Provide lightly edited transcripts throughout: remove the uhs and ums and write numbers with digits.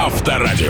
Авторадио.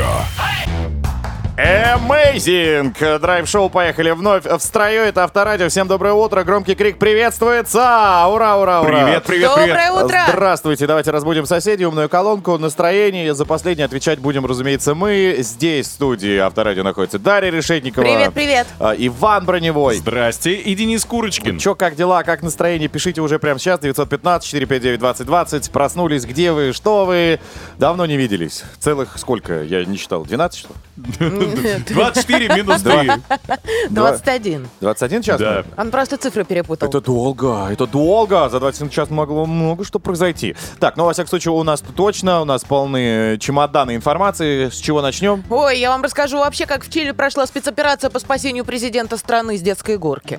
Amazing! Драйв-шоу «Поехали» вновь в строю. Это Авторадио. Всем доброе утро. Громкий крик приветствуется. Ура, ура, ура. Привет. Доброе утро. Здравствуйте. Давайте разбудим соседей. Умную колонку. Настроение. За последнее отвечать будем, разумеется, мы. Здесь в студии Авторадио находится Дарья Решетникова. Привет. Иван Броневой. Здрасте. И Денис Курочкин. Чё, как дела, как настроение? Пишите уже прямо сейчас. 915-459-2020. Проснулись. Где вы? Что вы? Давно не виделись. Целых сколько? Я не считал. 12 что ли? 24 минус 3. 21. 21 час? Да. Он просто цифры перепутал. Это долго. За 21 час могло много что произойти. Так, ну, во всяком случае, у нас полны чемоданы информации. С чего начнем? Ой, я вам расскажу вообще, как в Чили прошла спецоперация по спасению президента страны с детской горки.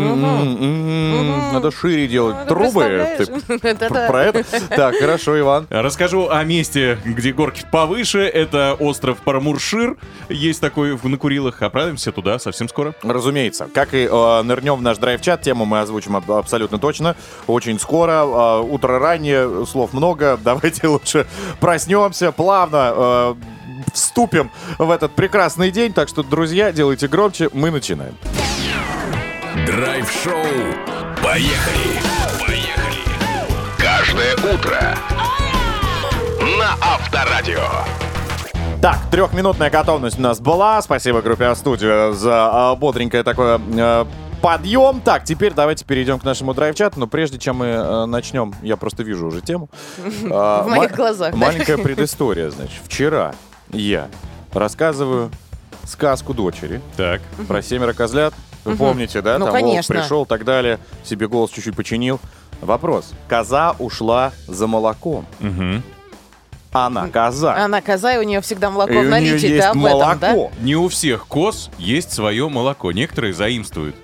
Надо шире делать Ты трубы. представляешь? Ты про это? Так, хорошо, Иван. Расскажу о месте, где горки повыше. Это остров Парамуршир. Есть такой на Курилах. Отправимся туда совсем скоро. Разумеется. Как и нырнем в наш драйв-чат, тему мы озвучим абсолютно точно. Очень скоро. Утро раннее, слов много. Давайте лучше проснемся, плавно вступим в этот прекрасный день. Так что, друзья, делайте громче. Мы начинаем. Драйв-шоу. Поехали. Каждое утро на Авторадио. Так, 3-минутная готовность у нас была. Спасибо группе А-студио за бодренькое такое подъем. Так, теперь давайте перейдем к нашему драйв-чату. Но прежде чем мы начнем, я просто вижу уже тему. В моих глазах. Маленькая предыстория, значит. Вчера я рассказываю сказку дочери. Так. Про 7 козлят. Вы помните, да? Ну, Там волк конечно. пришел и так далее. Себе голос чуть-чуть починил. Вопрос. Коза ушла за молоком. Она коза. Она коза, и у нее всегда молоко И в у нее наличии. есть Ты об молоко. этом, да? Не у всех коз есть свое молоко. Некоторые заимствуют.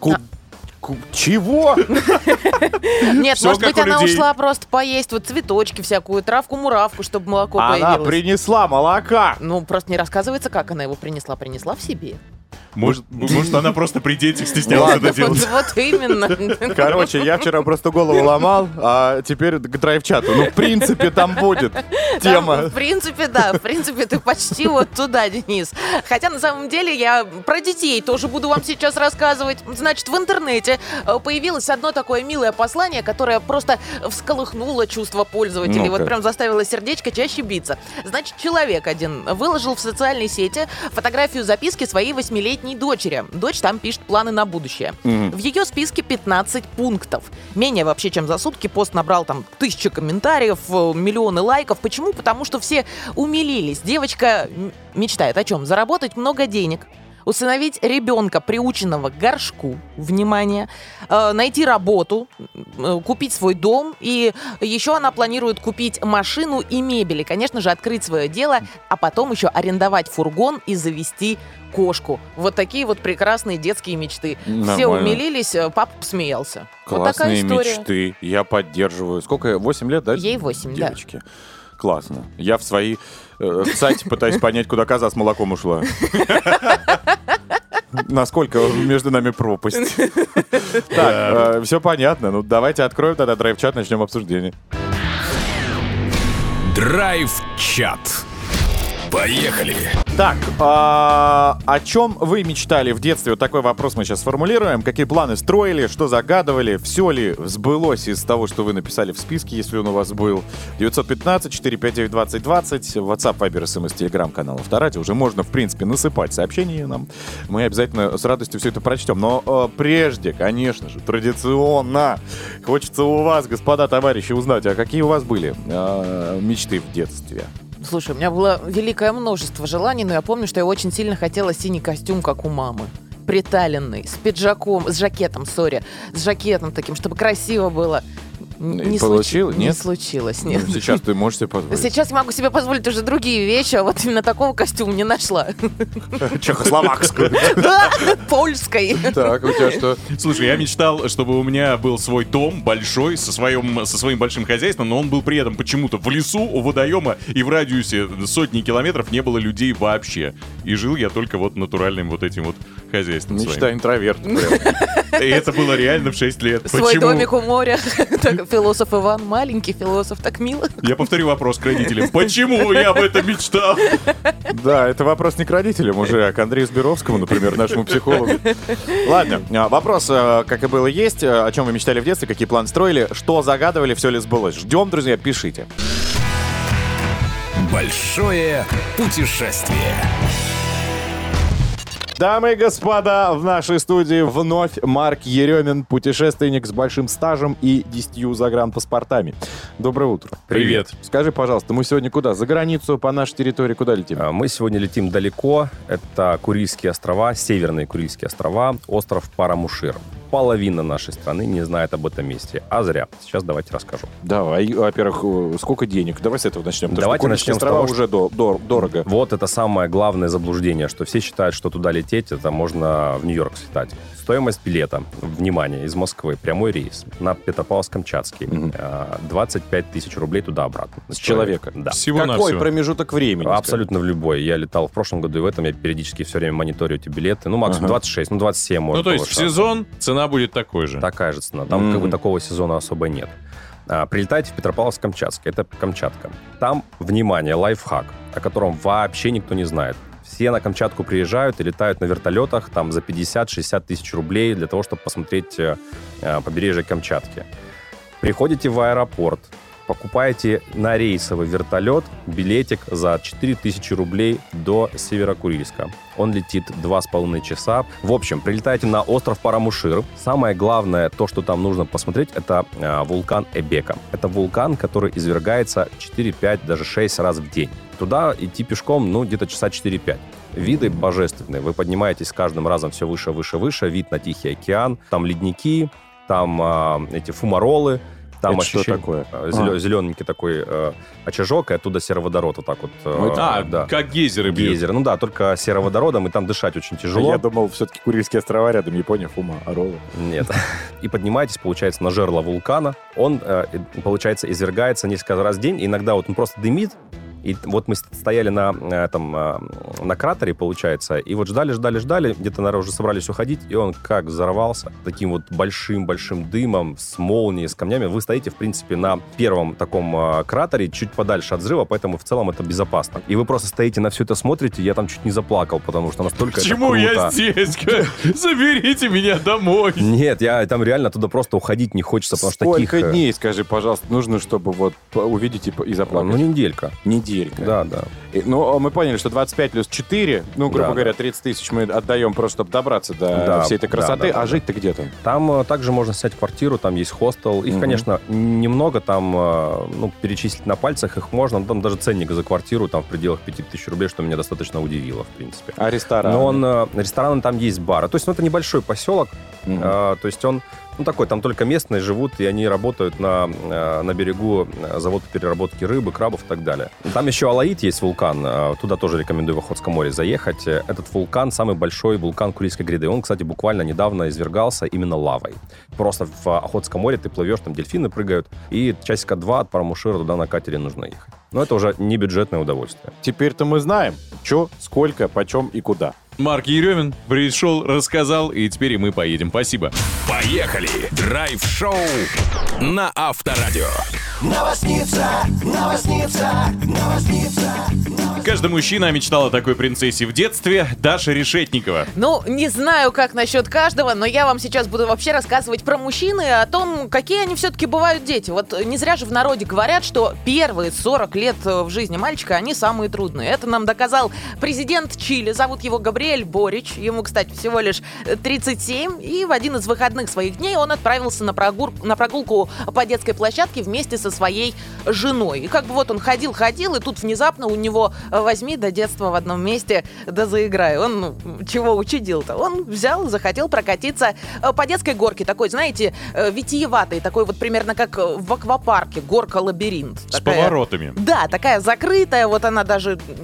Чего? Нет, Всё может как быть, у она людей. ушла просто поесть вот цветочки всякую, травку-муравку, чтобы молоко Она появилось. принесла молока. Ну, просто не рассказывается, как она его принесла. Принесла в себе. Может, она просто при детях стеснялась Ладно. это делать. Вот именно. Короче, я вчера просто голову ломал, а теперь к драйв-чату. Ну, в принципе, там будет тема. В принципе, да. В принципе, ты почти вот туда, Денис. Хотя, на самом деле, я про детей тоже буду вам сейчас рассказывать. Значит, в интернете появилось одно такое милое послание, которое просто всколыхнуло чувство пользователей. Ну-ка. Вот прям заставило сердечко чаще биться. Значит, человек один выложил в социальной сети фотографию записки своей 8-летней дочери. Дочь там пишет планы на будущее. В ее списке 15 пунктов. Менее вообще, чем за сутки пост набрал там 1000 комментариев, миллионы лайков. Почему? Потому что все умилились. Девочка мечтает о чем? Заработать много денег, усыновить ребенка, приученного к горшку, внимание, найти работу, купить свой дом, и еще она планирует купить машину и мебель, и, конечно же, открыть свое дело, а потом еще арендовать фургон и завести кошку. Вот такие вот прекрасные детские мечты. Все Нормально. умилились, папа посмеялся. Вот такая Классные история. мечты. Я поддерживаю. Сколько? 8 лет, да? Ей 8, да. девочки? Классно. Я в свои сайте пытаюсь понять, куда коза с молоком ушла. Насколько между нами пропасть. Так, все понятно. Ну, давайте откроем тогда драйв-чат, начнем обсуждение. Драйв-чат. Поехали. Так, о чем вы мечтали в детстве? Вот такой вопрос мы сейчас сформулируем. Какие планы строили, что загадывали? Все ли сбылось из того, что вы написали в списке, если он у вас был? 915-459-2020, WhatsApp, Viber, SMS, Telegram, канал Авторадио. Уже можно, в принципе, насыпать сообщения нам. Мы обязательно с радостью все это прочтем. Но прежде, конечно же, традиционно хочется у вас, господа товарищи, узнать, а какие у вас были мечты в детстве? Слушай, у меня было великое множество желаний, но я помню, что я очень сильно хотела синий костюм, как у мамы. Приталенный, с пиджаком, с жакетом таким, чтобы красиво было. Не получилось? Не Нет? случилось, нет. Ну, сейчас ты можешь себе позволить. Сейчас я могу себе позволить уже другие вещи, а вот именно такого костюма не нашла. Чехословакскую. Польской. Так, у тебя что? Слушай, я мечтал, чтобы у меня был свой дом большой, со своим большим хозяйством, но он был при этом почему-то в лесу, у водоема, и в радиусе сотни километров не было людей вообще. И жил я только вот натуральным вот этим вот хозяйством Мечта своим. интроверта. И это было реально в 6 лет. Свой Почему? домик у моря. Так, философ Иван, маленький философ, так мило. Я повторю вопрос к родителям. Почему я об этом мечтал? Да, это вопрос не к родителям уже, а к Андрею Сберовскому, например, нашему психологу. Ладно, вопрос, как и было, есть. О чем вы мечтали в детстве, какие планы строили, что загадывали, все ли сбылось. Ждем, друзья, пишите. Большое путешествие. Дамы и господа, в нашей студии вновь Марк Еремин, путешественник с большим стажем и 10 загранпаспортами. Доброе утро. Привет. Скажи, пожалуйста, мы сегодня куда? За границу, по нашей территории, куда летим? Мы сегодня летим далеко. Это Курильские острова, Северные Курильские острова, остров Парамушир. Половина нашей страны не знает об этом месте. А зря. Сейчас давайте расскажу. Давай, во-первых, сколько денег? Давай с этого начнем. Давайте начнем с того, уже дорого. Вот это самое главное заблуждение, что все считают, что туда лететь, это можно в Нью-Йорк слетать. Стоимость билета, внимание, из Москвы, прямой рейс на Петропавловск-Камчатский, 25 тысяч рублей туда-обратно. С человека? Да. Какой промежуток времени? Абсолютно в любой. Я летал в прошлом году и в этом, я периодически все время мониторю эти билеты. Ну, максимум 26, 27 может. Ну, то есть в сезон цена будет такой же. Такая же цена. Там как бы такого сезона особо нет. Прилетайте в Петропавловск-Камчатский. Это Камчатка. Там, внимание, лайфхак, о котором вообще никто не знает. Все на Камчатку приезжают и летают на вертолетах там за 50-60 тысяч рублей для того, чтобы посмотреть побережье Камчатки. Приходите в аэропорт, покупаете на рейсовый вертолет билетик за 4000 рублей до Северокурильска. Он летит 2,5 часа. В общем, прилетаете на остров Парамушир. Самое главное, то, что там нужно посмотреть, это вулкан Эбека. Это вулкан, который извергается 4, 5, даже 6 раз в день. Туда идти пешком, где-то часа 4-5. Виды божественные. Вы поднимаетесь с каждым разом все выше, выше, выше. Вид на Тихий океан. Там ледники, там эти фумаролы. Там это что такое? Зелененький такой очажок, и оттуда сероводород вот так вот. Да. Как гейзеры бьют. Гейзеры. Ну да, только сероводородом, и там дышать очень тяжело. Я думал, все-таки Курильские острова рядом, Япония, Фумаролы. Нет. И поднимаетесь, получается, на жерло вулкана. Он, получается, извергается несколько раз в день. Иногда вот он просто дымит. И вот мы стояли на кратере, получается, и вот ждали, где-то, наверное, уже собрались уходить, и он как взорвался таким вот большим-большим дымом, с молнией, с камнями. Вы стоите, в принципе, на первом таком кратере, чуть подальше от взрыва, поэтому в целом это безопасно. И вы просто стоите на все это смотрите, я там чуть не заплакал, потому что настолько Почему это круто. я здесь? Заберите меня домой. Нет, там реально туда просто уходить не хочется, потому что Сколько дней, скажи, пожалуйста, нужно, чтобы вот увидеть и заплакать? Ну, неделька. Неделька. Да. Ну, мы поняли, что 25 плюс 4, грубо говоря, 30 тысяч мы отдаем просто, чтобы добраться до всей этой красоты. А жить-то где там? Там также можно снять квартиру, там есть хостел. Их, конечно, немного, там, перечислить на пальцах их можно. Там даже ценник за квартиру там в пределах 5000 рублей, что меня достаточно удивило, в принципе. А рестораны? Но рестораны там есть, бары. То есть, это небольшой поселок. То есть, он такой, там только местные живут, и они работают на берегу завода по переработке рыбы, крабов и так далее. Там еще Алаид есть вулкан, туда тоже рекомендую в Охотском море заехать. Этот вулкан самый большой вулкан Курильской гряды. Он, кстати, буквально недавно извергался именно лавой. Просто в Охотском море ты плывешь, там дельфины прыгают, и часика 2 от Парамушира туда на катере нужно ехать. Но это уже не бюджетное удовольствие. Теперь-то мы знаем, что, сколько, почем и куда. Марк Еремин пришел, рассказал, и теперь и мы поедем. Спасибо. Поехали! Драйв-шоу на Авторадио. Каждый мужчина мечтал о такой принцессе в детстве. Даша Решетникова. Ну, не знаю, как насчет каждого, но я вам сейчас буду вообще рассказывать про мужчин и о том, какие они все-таки бывают дети. Вот не зря же в народе говорят, что первые 40 лет в жизни мальчика, они самые трудные. Это нам доказал президент Чили. Зовут его Габриэль Борич. Ему, кстати, всего лишь 37. И в один из выходных своих дней он отправился на прогулку по детской площадке вместе со своей женой. И как бы вот он ходил, и тут внезапно у него возьми до детства в одном месте, да заиграй. Он чего учудил-то? Он захотел прокатиться по детской горке. Такой, знаете, витиеватой. Такой вот примерно как в аквапарке. Горка-лабиринт. С поворотами. Да, такая закрытая. Вот она даже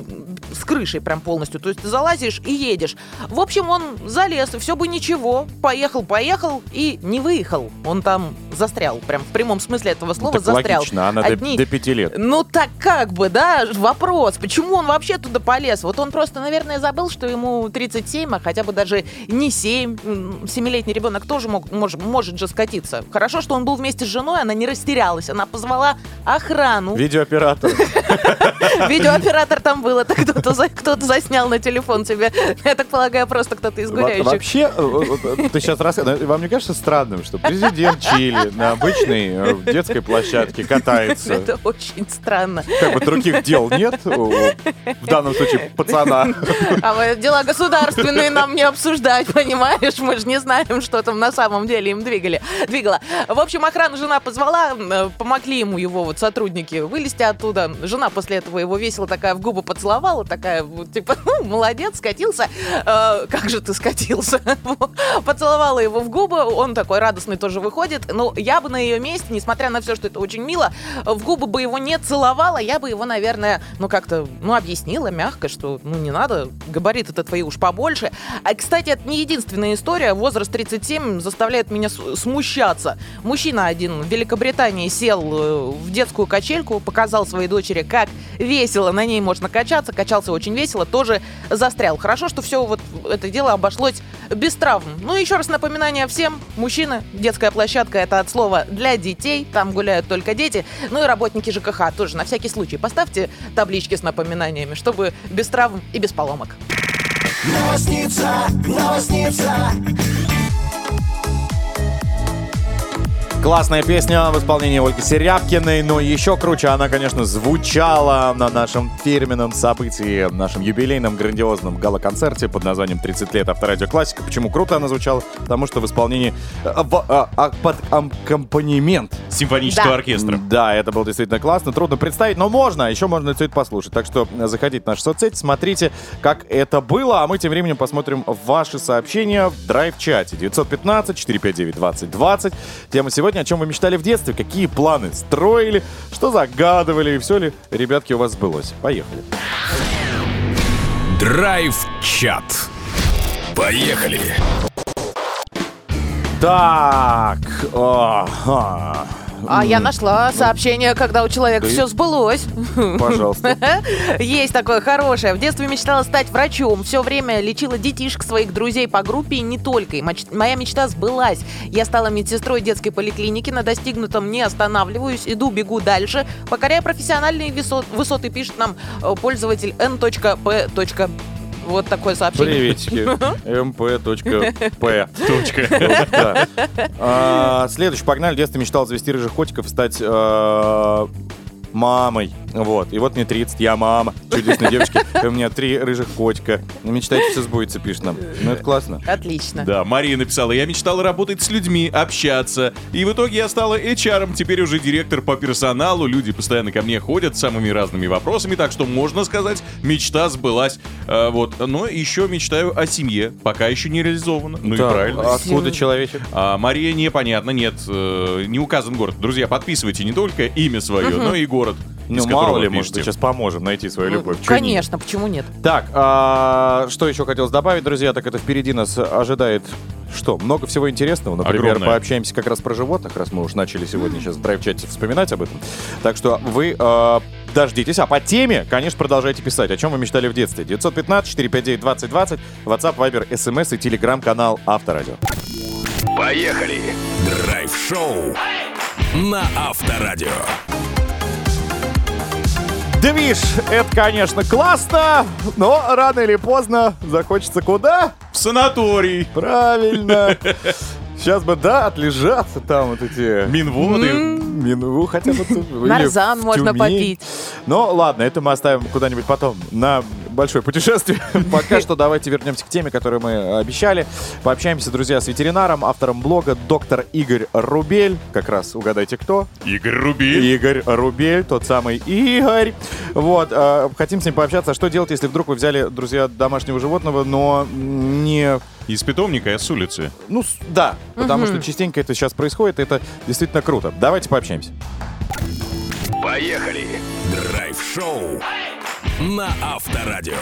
с крышей прям полностью. То есть ты залазишь и едешь. В общем, он залез, и все бы ничего. Поехал и не выехал. Он там застрял. Прям в прямом смысле этого слова Так застрял. логично, она до 5 лет. Ну так как бы, да, вопрос. Почему он вообще туда полез? Вот он просто, наверное, забыл, что ему 37, а хотя бы даже не 7. 7-летний ребенок тоже может же скатиться. Хорошо, что он был вместе с женой, она не растерялась. Она позвала охрану. Видеооператор. Видеооператор там был. Это кто-то заснял на телефон тебе. Я так полагаю, просто кто-то из гуляющих. Вообще, ты сейчас рассказываешь, вам не кажется странным, что президент Чили на обычной детской площадке катается? Это очень странно. Как бы других дел нет, в данном случае пацана. А мы дела государственные нам не обсуждать, понимаешь? Мы же не знаем, что там на самом деле им двигало. В общем, охрану жена позвала, помогли ему его вот сотрудники вылезти оттуда. Жена после этого его весело такая в губы поцеловала, такая вот типа, молодец, скатился. Как же ты скатился? Поцеловала его в губы, он такой радостный тоже выходит. Но я бы на ее месте, несмотря на все, что это очень мило, в губы бы его не целовала, я бы его, наверное, как-то, объяснила мягко, что, не надо, габариты-то твои уж побольше. А, кстати, это не единственная история. Возраст 37 заставляет меня смущаться. Мужчина один в Великобритании сел в детскую качельку, показал своей дочери, как весело на ней можно качаться. Качался очень весело, тоже застрял. Хорошо, что все вот это дело обошлось без травм. Еще раз напоминание всем. Мужчины, детская площадка — это от слова «для детей». Там гуляют только дети. И работники ЖКХ тоже на всякий случай поставьте таблички с напоминаниями, чтобы без травм и без поломок. Новосница. Классная песня в исполнении Ольги Серябкиной, но еще круче она, конечно, звучала на нашем фирменном событии, нашем юбилейном грандиозном гала-концерте под названием «30 лет Авторадио Классика». Почему круто она звучала? Потому что в исполнении под аккомпанемент Симфонического оркестра. Да, это было действительно классно, трудно представить, но можно, еще можно все это послушать. Так что заходите в наши соцсети, смотрите, как это было, а мы тем временем посмотрим ваши сообщения в драйв-чате. 915-459-2020. Тема сегодня: о чем вы мечтали в детстве, какие планы строили, что загадывали, и все ли, ребятки, у вас сбылось. Поехали. Драйв-чат. Поехали. Так. Я нашла сообщение, когда у человека все сбылось. Пожалуйста. Есть такое хорошее. В детстве мечтала стать врачом. Все время лечила детишек своих друзей по группе и не только. И моя мечта сбылась. Я стала медсестрой детской поликлиники. На достигнутом не останавливаюсь. Иду, бегу дальше. Покоряя профессиональные высоты, пишет нам пользователь n.p. Вот такое сообщение. Приветики. mp.p. Следующий, погнали. В детстве мечтал завести рыжих котиков, стать мамой. Вот. И вот мне 30, я мама чудесной девочки. И у меня 3 рыжих котика. Мечтайте, все сбудется, пишет нам. Это классно. Отлично. Да, Мария написала: я мечтала работать с людьми, общаться. И в итоге я стала HR-ом, теперь уже директор по персоналу. Люди постоянно ко мне ходят с самыми разными вопросами, так что можно сказать, мечта сбылась. Но еще мечтаю о семье, пока еще не реализовано. И правильно. Откуда человечек? Мария непонятно, нет, не указан город. Друзья, подписывайте не только имя свое, но и город. Мало ли, может быть, сейчас поможем найти свою любовь. Конечно, почему нет? Так, что еще хотелось добавить, друзья, так это впереди нас ожидает много всего интересного. Например, огромное. Пообщаемся как раз про животных, раз мы уж начали сегодня сейчас в драйв-чате вспоминать об этом. Так что вы дождитесь. А по теме, конечно, продолжайте писать. О чем вы мечтали в детстве? 915-459-2020, WhatsApp, Viber, SMS и телеграм-канал Авторадио. Поехали. Драйв-шоу на Авторадио. Движ, это, конечно, классно, но рано или поздно захочется куда? В санаторий. Правильно. Сейчас бы, отлежаться там вот эти... Минводы. Хотя бы тут. Нарзан можно попить. Но ладно, это мы оставим куда-нибудь потом на большое путешествие. Пока что давайте вернемся к теме, которую мы обещали. Пообщаемся, друзья, с ветеринаром, автором блога доктор Игорь Рубель. Как раз угадайте, кто? Игорь Рубель. Игорь Рубель, тот самый Игорь. Вот, хотим с ним пообщаться. А что делать, если вдруг вы взяли, друзья, домашнего животного, но не... Из питомника, с улицы. Да, потому что частенько это сейчас происходит, и это действительно круто. Давайте пообщаемся. Поехали. Драйв-шоу на Авторадио.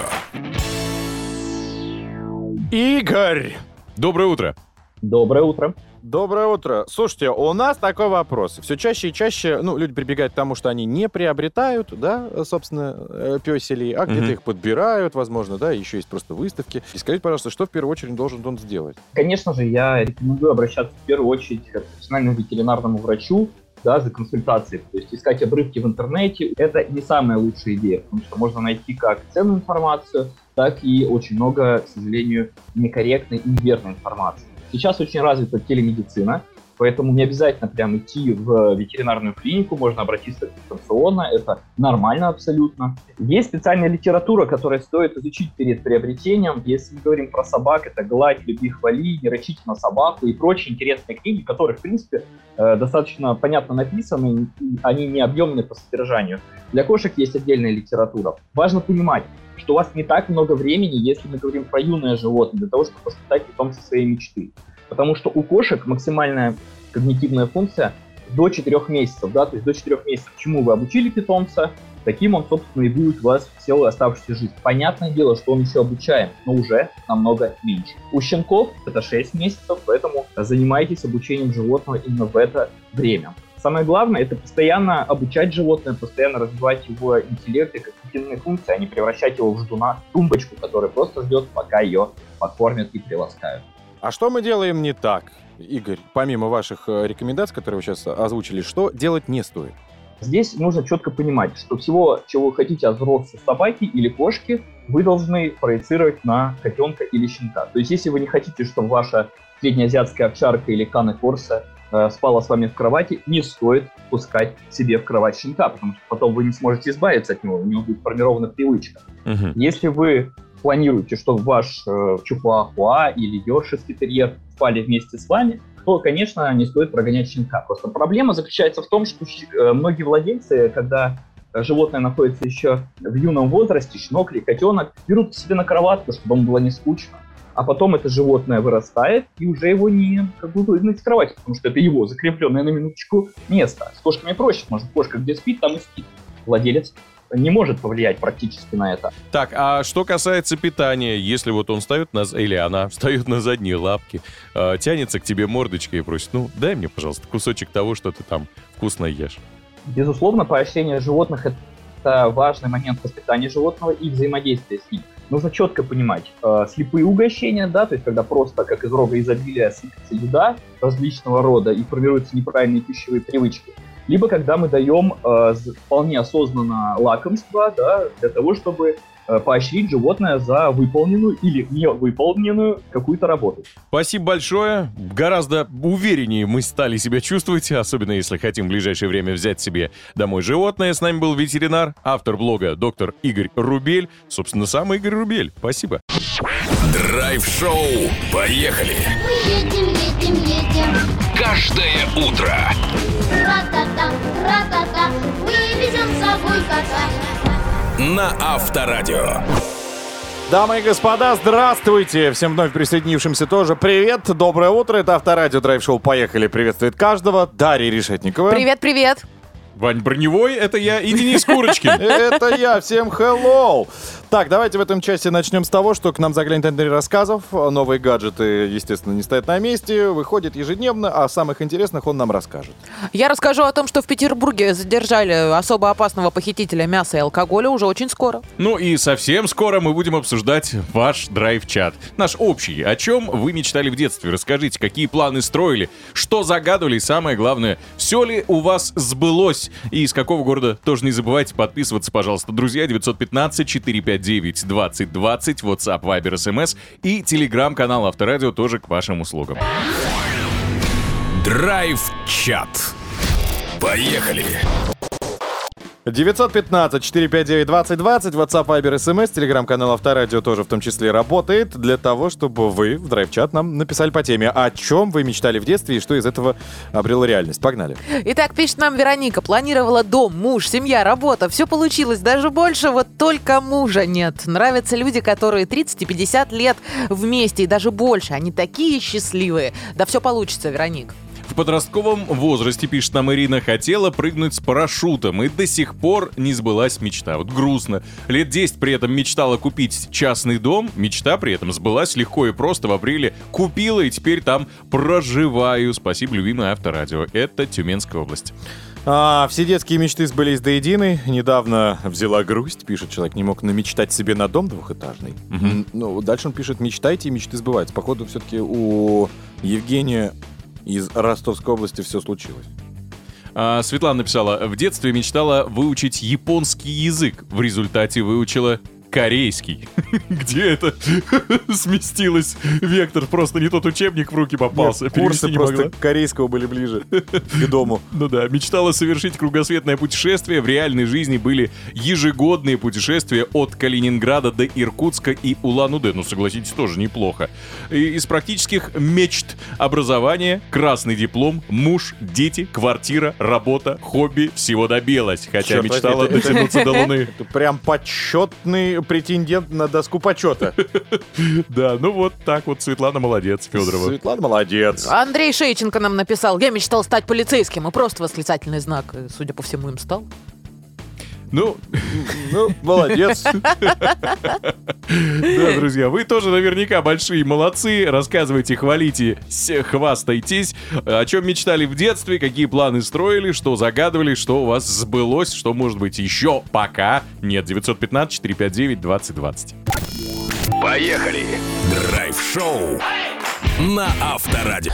Игорь! Доброе утро. Доброе утро. Доброе утро. Слушайте, у нас такой вопрос. Все чаще и чаще, люди прибегают к тому, что они не приобретают, да, собственно, пёселей, а где-то их подбирают, возможно, да, еще есть просто выставки. И скажите, пожалуйста, что в первую очередь должен он сделать? Конечно же, я рекомендую обращаться в первую очередь к профессиональному ветеринарному врачу, да, за консультацией. То есть искать обрывки в интернете – это не самая лучшая идея, потому что можно найти как ценную информацию, так и очень много, к сожалению, некорректной и неверной информации. Сейчас очень развита телемедицина, поэтому не обязательно прям идти в ветеринарную клинику, можно обратиться дистанционно, это нормально абсолютно. Есть специальная литература, которую стоит изучить перед приобретением. Если мы говорим про собак, это «Гладь, люби, хвали», «Не рычите на собаку» и прочие интересные книги, которые, в принципе, достаточно понятно написаны, и они не объемны по содержанию. Для кошек есть отдельная литература. Важно понимать, что у вас не так много времени, если мы говорим про юное животное, для того, чтобы воспитать питомца своей мечты. Потому что у кошек максимальная когнитивная функция до 4 месяцев, да, то есть до 4 месяцев. Чему вы обучили питомца, таким он, собственно, и будет у вас всю оставшуюся жизнь. Понятное дело, что он еще обучаем, но уже намного меньше. У щенков это 6 месяцев, поэтому занимайтесь обучением животного именно в это время. Самое главное – это постоянно обучать животное, постоянно развивать его интеллект и когнитивные функции, а не превращать его в ждуна, тумбочку, которая просто ждет, пока ее покормят и приласкают. А что мы делаем не так, Игорь? Помимо ваших рекомендаций, которые вы сейчас озвучили, что делать не стоит? Здесь нужно четко понимать, что всего, чего вы хотите от взрослой собаки или кошки, вы должны проецировать на котенка или щенка. То есть, если вы не хотите, чтобы ваша среднеазиатская овчарка или кане-корса спала с вами в кровати, не стоит пускать себе в кровать щенка, потому что потом вы не сможете избавиться от него, у него будет формирована привычка. Если вы планируете, чтобы ваш чихуахуа или йоркширский терьер спали вместе с вами, то, конечно, не стоит прогонять щенка. Просто проблема заключается в том, что многие владельцы, когда животное находится еще в юном возрасте, щенок или котенок, берут к себе на кроватку, чтобы ему было не скучно. А потом это животное вырастает, и уже его не выгнать с кровати, потому что это его закрепленное на минуточку место. С кошками проще, потому что кошка где спит, там и спит. Владелец не может повлиять практически на это. Так, а что касается питания, если вот он встает или она встает на задние лапки, тянется к тебе мордочкой и просит, дай мне, пожалуйста, кусочек того, что ты там вкусно ешь. Безусловно, поощрение животных – это важный момент воспитания животного и взаимодействия с ним. Нужно четко понимать, слепые угощения, да, то есть когда просто как из рога изобилия сыпется еда различного рода и формируются неправильные пищевые привычки, либо когда мы даем вполне осознанно лакомство, да, для того, чтобы поощрить животное за выполненную или невыполненную какую-то работу. Спасибо большое. Гораздо увереннее мы стали себя чувствовать, особенно если хотим в ближайшее время взять себе домой животное. С нами был ветеринар, автор блога доктор Игорь Рубель. Собственно, сам Игорь Рубель. Спасибо. Драйв-шоу. Поехали! Мы едем. Каждое утро. Ра-та-та, ра-та-та, мы везем с собой кота. На Авторадио. Дамы и господа, здравствуйте! Всем вновь присоединившимся тоже привет, доброе утро, это Авторадио Драйв-шоу «Поехали» приветствует каждого, Дарья Решетникова. Привет-привет. Вань Броневой, это я, и Денис Курочкин. Это я, всем hello! Так, давайте в этом части начнем с того, что к нам заглянет Андрей Рассказов. Новые гаджеты, естественно, не стоят на месте, выходят ежедневно, а о самых интересных он нам расскажет. Я расскажу о том, что в Петербурге задержали особо опасного похитителя мяса и алкоголя уже очень скоро. Ну и совсем скоро мы будем обсуждать ваш драйв-чат. Наш общий. О чем вы мечтали в детстве? Расскажите, какие планы строили, что загадывали и самое главное, все ли у вас сбылось? И из какого города? Тоже не забывайте подписываться, пожалуйста, друзья. 915-459-2020, WhatsApp, Viber, SMS и телеграм-канал Авторадио тоже к вашим услугам. Драйв-чат. Поехали! 915-459-2020, WhatsApp, Viber, SMS, телеграм-канал Авторадио тоже в том числе работает для того, чтобы вы в драйв-чат нам написали по теме, о чем вы мечтали в детстве и что из этого обрело реальность. Погнали. Итак, пишет нам Вероника. Планировала дом, муж, семья, работа. Все получилось, даже больше, вот только мужа нет. Нравятся люди, которые 30 и 50 лет вместе и даже больше. Они такие счастливые. Да все получится, Вероник. подростковом возрасте, пишет нам Ирина, хотела прыгнуть с парашютом, и до сих пор не сбылась мечта. Вот грустно. Лет 10 при этом мечтала купить частный дом, мечта при этом сбылась легко и просто. В апреле купила и теперь там проживаю. Спасибо, любимое Авторадио. Это Тюменская область. Все детские мечты сбылись до единой. Недавно взяла грусть, пишет человек, не мог намечтать себе на дом двухэтажный. Ну, дальше он пишет, мечтайте, и мечты сбываются. Походу, все-таки у Евгения из Ростовской области все случилось. Светлана написала, в детстве мечтала выучить японский язык. В результате выучила корейский. Где это сместилось? Вектор, просто не тот учебник в руки попался. Нет, курсы просто корейского были ближе к дому. Ну да, мечтала совершить кругосветное путешествие. В реальной жизни были ежегодные путешествия от Калининграда до Иркутска и Улан-Удэ. Ну, согласитесь, тоже неплохо. И из практических мечт: образование, красный диплом, муж, дети, квартира, работа, хобби. Всего добилась. Хотя Черт мечтала возьми, дотянуться до Луны. Это прям почетный претендент на доску почета. Да, ну вот так вот Светлана молодец, Федорова. Светлана молодец. Андрей Шейченко нам написал, я мечтал стать полицейским, и просто восклицательный знак, и, судя по всему, им стал. Ну, молодец. Да, друзья, вы тоже наверняка большие молодцы. Рассказывайте, хвалите, хвастайтесь. О чем мечтали в детстве, какие планы строили, что загадывали, что у вас сбылось, что, может быть, еще пока нет. 915-459-2020. Поехали! Драйв-шоу на Авторадио.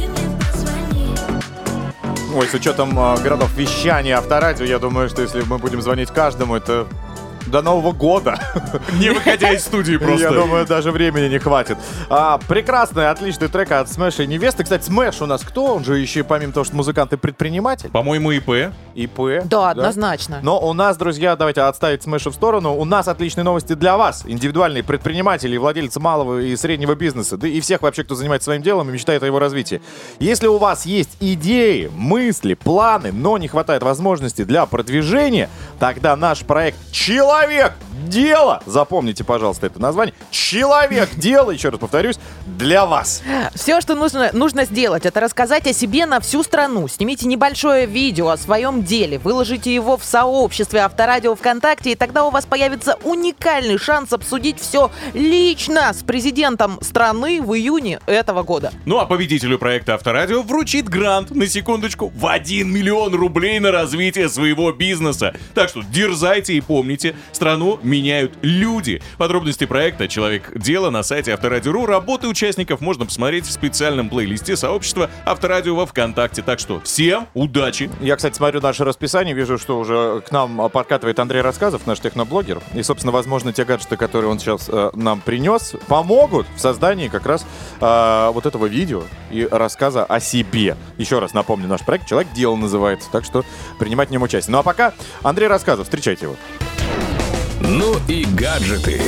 Ой, с учетом городов вещания Авторадио, я думаю, что если мы будем звонить каждому, это до Нового года. Не выходя из студии просто. Я думаю, даже времени не хватит. Прекрасный, отличный трек от Смэша и Невесты. Кстати, Смэш у нас кто? Он же еще, помимо того, что музыкант и предприниматель. По-моему, ИП. ИП. Да, однозначно. Но у нас, друзья, давайте отставить Смэша в сторону. У нас отличные новости для вас. Индивидуальные предприниматели, владельцы малого и среднего бизнеса, да и всех вообще, кто занимается своим делом и мечтает о его развитии. Если у вас есть идеи, мысли, планы, но не хватает возможности для продвижения, тогда наш проект «Человек! Дело!» Запомните, пожалуйста, это название. «Человек! Дело!» Еще раз повторюсь, для вас. Все, что нужно сделать, это рассказать о себе на всю страну. Снимите небольшое видео о своем деле, выложите его в сообществе Авторадио ВКонтакте, и тогда у вас появится уникальный шанс обсудить все лично с президентом страны в июне этого года. Ну а победителю проекта Авторадио вручит грант, на секундочку, в 1 миллион рублей на развитие своего бизнеса. Так что дерзайте и помните, страну меняют люди. Подробности проекта «Человек. Дело» на сайте Авторадио.ру. Работы участников можно посмотреть в специальном плейлисте сообщества Авторадио во ВКонтакте. Так что всем удачи! Я, кстати, смотрю наше расписание, вижу, что уже к нам подкатывает Андрей Рассказов, наш техноблогер. И, собственно, возможно, те гаджеты, которые он сейчас нам принес, помогут в создании как раз вот этого видео и рассказа о себе. Еще раз напомню, наш проект «Человек. Дело» называется. Так что принимать в нем участие. Ну а пока Андрей Рассказов. Встречайте его. Ну и гаджеты.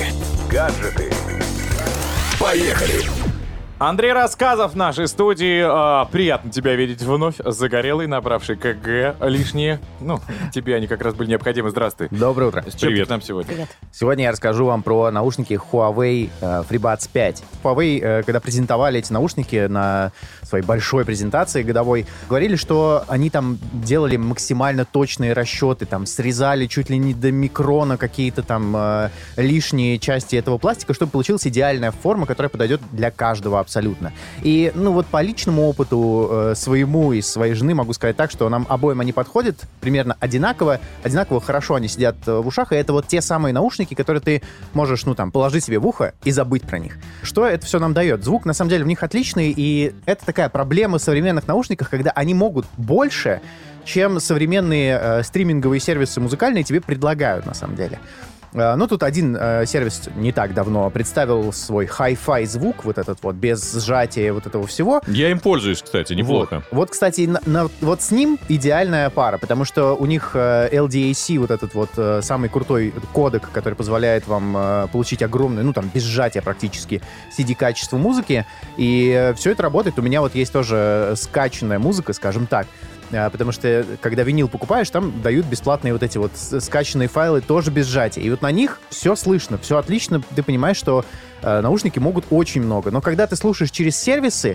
Поехали! Андрей Рассказов в нашей студии. Приятно тебя видеть вновь. Загорелый, набравший КГ лишние. Ну, тебе они как раз были необходимы. Здравствуй. Доброе утро. С чем ты к нам сегодня? Привет. Сегодня я расскажу вам про наушники Huawei FreeBuds 5. Huawei, когда презентовали эти наушники на своей большой презентации годовой, говорили, что они там делали максимально точные расчеты, там срезали чуть ли не до микрона какие-то там лишние части этого пластика, чтобы получилась идеальная форма, которая подойдет для каждого абсолютно. И, ну вот по личному опыту своему и своей жены могу сказать так, что нам обоим они подходят примерно одинаково хорошо они сидят в ушах, и это вот те самые наушники, которые ты можешь, ну там, положить себе в ухо и забыть про них. Что это все нам дает? Звук, на самом деле, в них отличный, и это такая проблема в современных наушниках, когда они могут больше, чем современные стриминговые сервисы музыкальные тебе предлагают, на самом деле. Ну, тут один сервис не так давно представил свой Hi-Fi звук, вот этот вот, без сжатия вот этого всего. Я им пользуюсь, кстати, неплохо. Вот кстати, вот с ним идеальная пара, потому что у них LDAC, вот этот вот самый крутой кодек, который позволяет вам получить огромное, ну, там, без сжатия практически CD-качество музыки, и все это работает. У меня вот есть тоже скачанная музыка, скажем так, потому что, когда винил покупаешь, там дают бесплатные вот эти вот скачанные файлы тоже без сжатия. И вот на них все слышно, все отлично. Ты понимаешь, что наушники могут очень много. Но когда ты слушаешь через сервисы,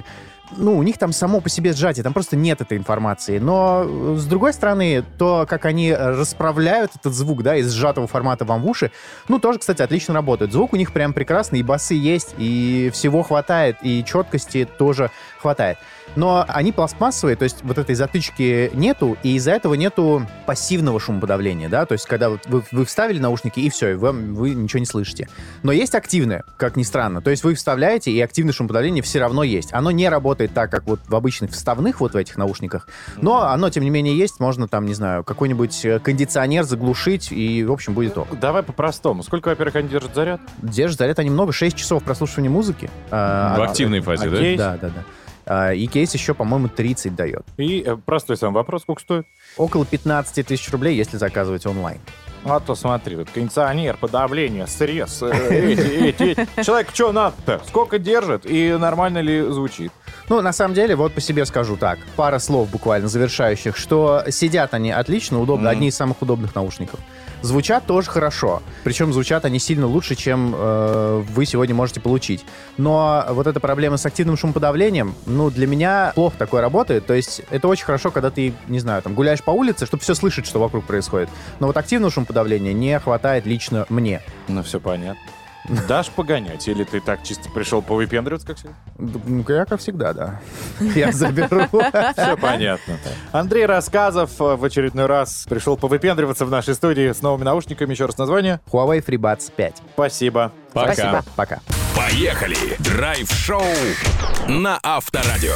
у них там само по себе сжатие, там просто нет этой информации. Но, с другой стороны, то, как они расправляют этот звук, да, из сжатого формата вам в уши, тоже, кстати, отлично работает. Звук у них прям прекрасный, и басы есть, и всего хватает, и четкости тоже хватает. Но они пластмассовые, то есть вот этой затычки нету, и из-за этого нету пассивного шумоподавления, да, то есть когда вот вы вставили наушники, и все, и вы ничего не слышите. Но есть активное, как ни странно, то есть вы вставляете, и активное шумоподавление все равно есть. Оно не работает так, как вот в обычных вставных вот в этих наушниках, но оно, тем не менее, есть, можно там, не знаю, какой-нибудь кондиционер заглушить, и, в общем, будет ок. Давай по-простому. Сколько, во-первых, они держат заряд? Держат заряд они много, 6 часов прослушивания музыки. В активной фазе, да? Да. И кейс еще, по-моему, 30 дает. И простой сам вопрос, сколько стоит? Около 15 тысяч рублей, если заказывать онлайн. А то смотри, вот кондиционер, подавление, срез, эти. Человек, что надо-то? Сколько держит и нормально ли звучит? На самом деле, вот по себе скажу так. Пара слов буквально завершающих, что сидят они отлично, удобно, одни из самых удобных наушников. Звучат тоже хорошо. Причем звучат они сильно лучше, чем вы сегодня можете получить. Но вот эта проблема с активным шумоподавлением, для меня плохо такое работает. То есть это очень хорошо, когда ты, не знаю, там гуляешь по улице, чтобы все слышать, что вокруг происходит. Но вот активного шумоподавления не хватает лично мне. Все понятно. Дашь погонять? Или ты так чисто пришел повыпендриваться, как всегда? Я, как всегда, да. Я заберу. Все понятно. Андрей Рассказов в очередной раз пришел повыпендриваться в нашей студии с новыми наушниками. Еще раз название. Huawei FreeBuds 5. Спасибо. Пока. Спасибо. Пока. Поехали! Драйв-шоу на Авторадио.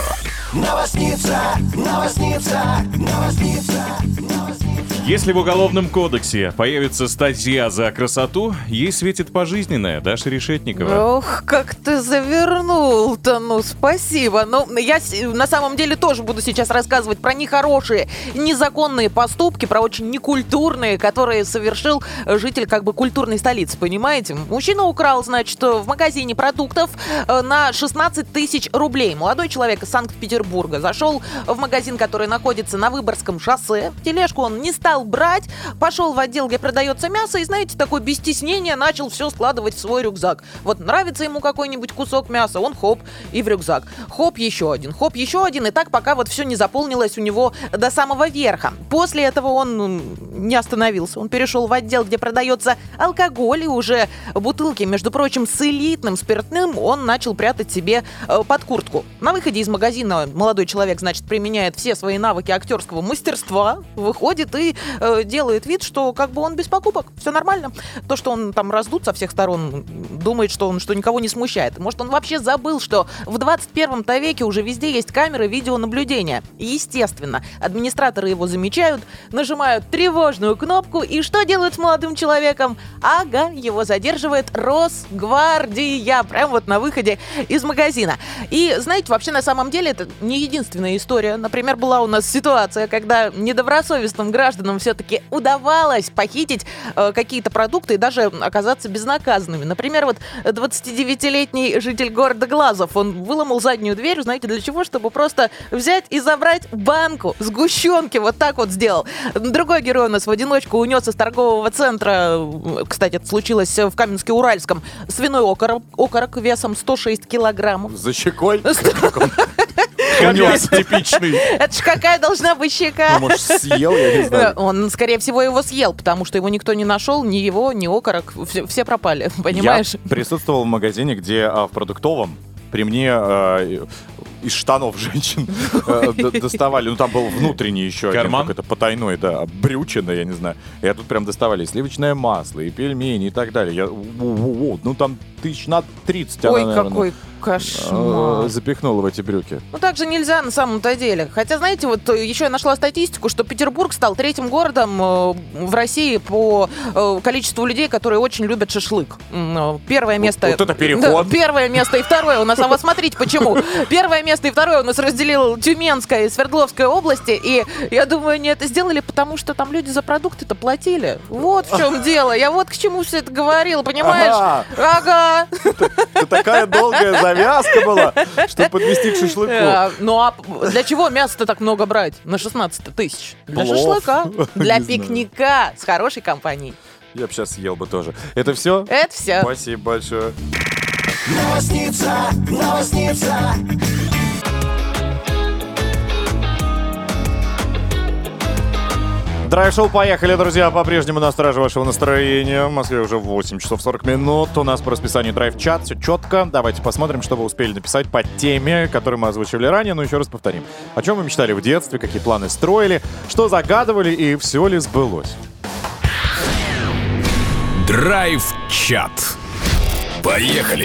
Если в Уголовном кодексе появится статья за красоту, ей светит пожизненное. Даша Решетникова. Ох, как ты завернул-то, спасибо. Я на самом деле тоже буду сейчас рассказывать про нехорошие, незаконные поступки, про очень некультурные, которые совершил житель культурной столицы, понимаете? Мужчина украл, значит, в магазине продуктов на 16 тысяч рублей. Молодой человек из Санкт-Петербурга зашел в магазин, который находится на Выборгском шоссе. Тележку он не стал брать, пошел в отдел, где продается мясо, и, знаете, такой без стеснения начал все складывать в свой рюкзак. Вот нравится ему какой-нибудь кусок мяса, он хоп, и в рюкзак. Хоп, еще один, и так пока вот все не заполнилось у него до самого верха. После этого он не остановился, он перешел в отдел, где продается алкоголь, и уже бутылки, между прочим, с элитным спиртным он начал прятать себе под куртку. На выходе из магазина молодой человек, значит, применяет все свои навыки актерского мастерства, выходит и делает вид, что он без покупок, все нормально. То, что он там раздут со всех сторон, думает, что никого не смущает. Может, он вообще забыл, что в 21-то веке уже везде есть камеры видеонаблюдения. Естественно, администраторы его замечают, нажимают тревожную кнопку, и что делают с молодым человеком? Ага, его задерживает Росгвардия, прямо вот на выходе из магазина. И, знаете, вообще на самом деле это не единственная история. Например, была у нас ситуация, когда недобросовестным гражданам все-таки удавалось похитить какие-то продукты и даже оказаться безнаказанными. Например, вот 29-летний житель города Глазов, он выломал заднюю дверь, знаете, для чего? Чтобы просто взять и забрать банку сгущенки, вот так вот сделал. Другой герой у нас в одиночку унес из торгового центра, кстати, это случилось в Каменске-Уральском, свиной окорок весом 106 килограммов. За щекой? Конец типичный. Это ж какая должна быть щека? Может, съел, я не знаю. Он, скорее всего, его съел, потому что его никто не нашел, ни его, ни окорок. Все пропали, понимаешь? Я присутствовал в магазине, где в продуктовом при мне из штанов женщин доставали. Там был внутренний еще карман? Какой-то потайной, да, брючина, я не знаю. И тут прям доставали и сливочное масло, и пельмени, и так далее. Там тысяч на 30 Ой, она, наверное, какой кошмар. запихнула в эти брюки. Так же нельзя на самом-то деле. Хотя, знаете, вот еще я нашла статистику, что Петербург стал третьим городом в России по количеству людей, которые очень любят шашлык. Первое место... Вот это переход. Да, первое место и второе у нас. А вот смотрите, почему. Первое место и второе у нас разделил Тюменская и Свердловская области. И я думаю, они это сделали, потому что там люди за продукты-то платили. Вот в чем дело. Я вот к чему все это говорила, понимаешь? Ага. Это такая долгая завязка была, чтобы подвести к шашлыку. Ну а для чего мяса-то так много брать на 16 тысяч? Для Плов. шашлыка, для Не знаю. пикника с хорошей компанией. Я бы сейчас съел бы тоже. Это все? Это все. Спасибо большое. Новосница. Драйв-шоу, поехали, друзья. По-прежнему на страже вашего настроения. В Москве уже 8 часов 40 минут. У нас по расписанию драйв-чат, все четко. Давайте посмотрим, что вы успели написать по теме, которую мы озвучивали ранее. Но еще раз повторим. О чем вы мечтали в детстве, какие планы строили, что загадывали и все ли сбылось. Драйв-чат. Поехали!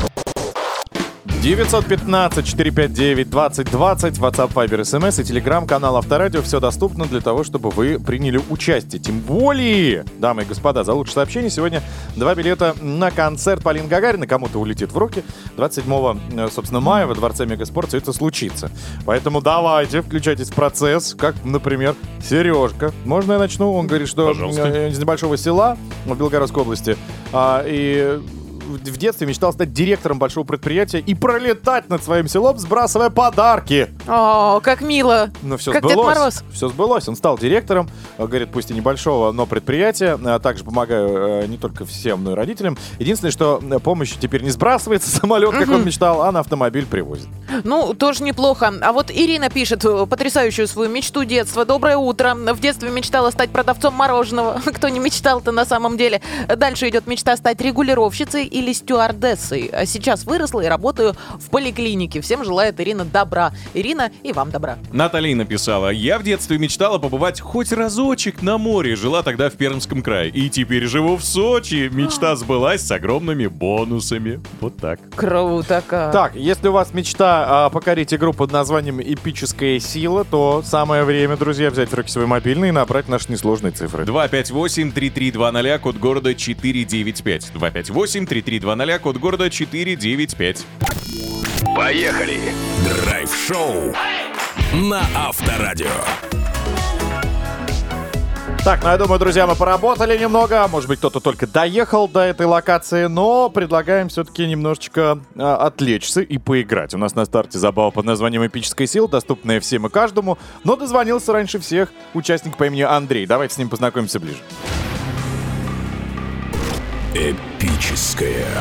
915-459-2020, WhatsApp, Viber, SMS и Telegram-канал Авторадио. Все доступно для того, чтобы вы приняли участие. Тем более, дамы и господа, за лучшее сообщение сегодня 2 билета на концерт Полины Гагариной. Кому-то улетит в руки. 27 собственно, мая во Дворце Мегаспорт все это случится. Поэтому давайте, включайтесь в процесс. Как, например, Сережка. Можно я начну? Он говорит, что из небольшого села в Белгородской области. И в детстве мечтал стать директором большого предприятия и пролетать над своим селом, сбрасывая подарки. О, как мило. Но все как сбылось. Дед Мороз. Все сбылось. Он стал директором, говорит, пусть и небольшого, но предприятия. Также помогаю не только всем, но и родителям. Единственное, что помощь теперь не сбрасывается самолет, как он мечтал, а на автомобиль привозит. Ну, тоже неплохо. А вот Ирина пишет потрясающую свою мечту детства. Доброе утро. В детстве мечтала стать продавцом мороженого. Кто не мечтал-то на самом деле. Дальше идет мечта стать регулировщицей или стюардессой. А сейчас выросла и работаю в поликлинике. Всем желает Ирина добра. Ирина, и вам добра. Наталья написала: я в детстве мечтала побывать хоть разочек на море. Жила тогда в Пермском крае. И теперь живу в Сочи. Мечта сбылась с огромными бонусами. Вот так. Круто как. Так, если у вас мечта покорить игру под названием «Эпическая сила», то самое время, друзья, взять в руки свой мобильный и набрать наши несложные цифры. 258-3320, код города 495. 258-3320, код города 495. Поехали! Драйв-шоу на Авторадио. Так, ну я думаю, друзья, мы поработали немного. Может быть, кто-то только доехал до этой локации, но предлагаем все-таки немножечко отвлечься и поиграть. У нас на старте забава под названием «Эпическая сила», доступная всем и каждому, но дозвонился раньше всех участник по имени Андрей. Давайте с ним познакомимся ближе. Эпическая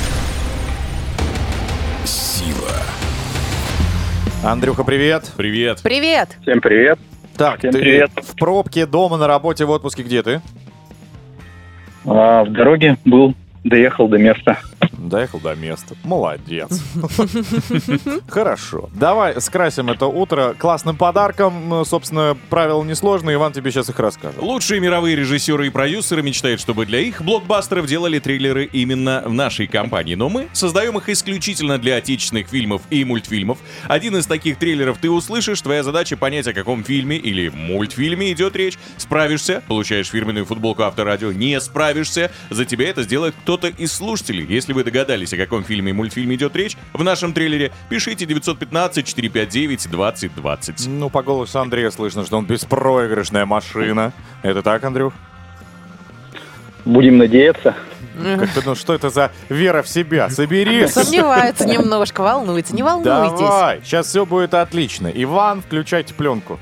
сила. Андрюха, привет. Привет. Привет. Всем привет. Так, Всем ты привет. в пробке, дома, на работе, в отпуске, где ты? В дороге был, доехал до места. Доехал до места. Молодец. Хорошо. Давай скрасим это утро классным подарком. Собственно, правила несложные. Иван тебе сейчас их расскажет. Лучшие мировые режиссеры и продюсеры мечтают, чтобы для их блокбастеров делали трейлеры именно в нашей компании. Но мы создаем их исключительно для отечественных фильмов и мультфильмов. Один из таких трейлеров ты услышишь. Твоя задача понять, о каком фильме или мультфильме идет речь. Справишься, получаешь фирменную футболку Авторадио. Не справишься, за тебя это сделает кто-то из слушателей. Если вы догадались, о каком фильме и мультфильме идет речь в нашем трейлере, пишите 915-459-2020. Ну, по голосу Андрея слышно, что он беспроигрышная машина. Это так, Андрюх? Будем надеяться. Как-то, ну, что это за вера в себя? Соберись. Сомневается немножко, волнуется. Не волнуйтесь. Давай, сейчас все будет отлично. Иван, включайте пленку.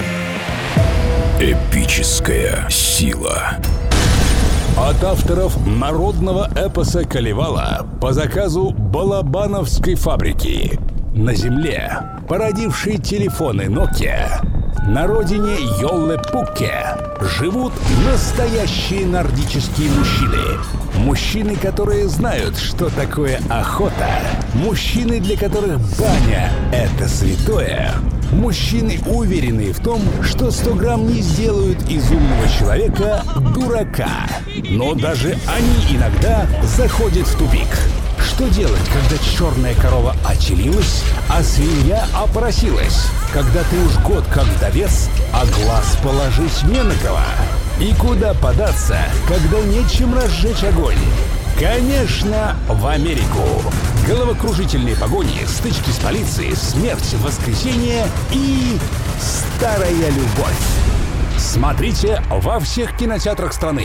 Эпическая сила. От авторов народного эпоса «Калевала» по заказу Балабановской фабрики. На земле породившие телефоны Nokia, на родине Йолле-Пукке живут настоящие нордические мужчины. Мужчины, которые знают, что такое охота. Мужчины, для которых баня — это святое. Мужчины, уверенные в том, что 100 грамм не сделают из умного человека дурака. Но даже они иногда заходят в тупик. Что делать, когда черная корова отелилась, а свинья опросилась? Когда ты уж год как вдовец, а глаз положить не на кого? И куда податься, когда нечем разжечь огонь? Конечно, в Америку. Головокружительные погони, стычки с полицией, смерть, воскресенье и старая любовь. Смотрите во всех кинотеатрах страны.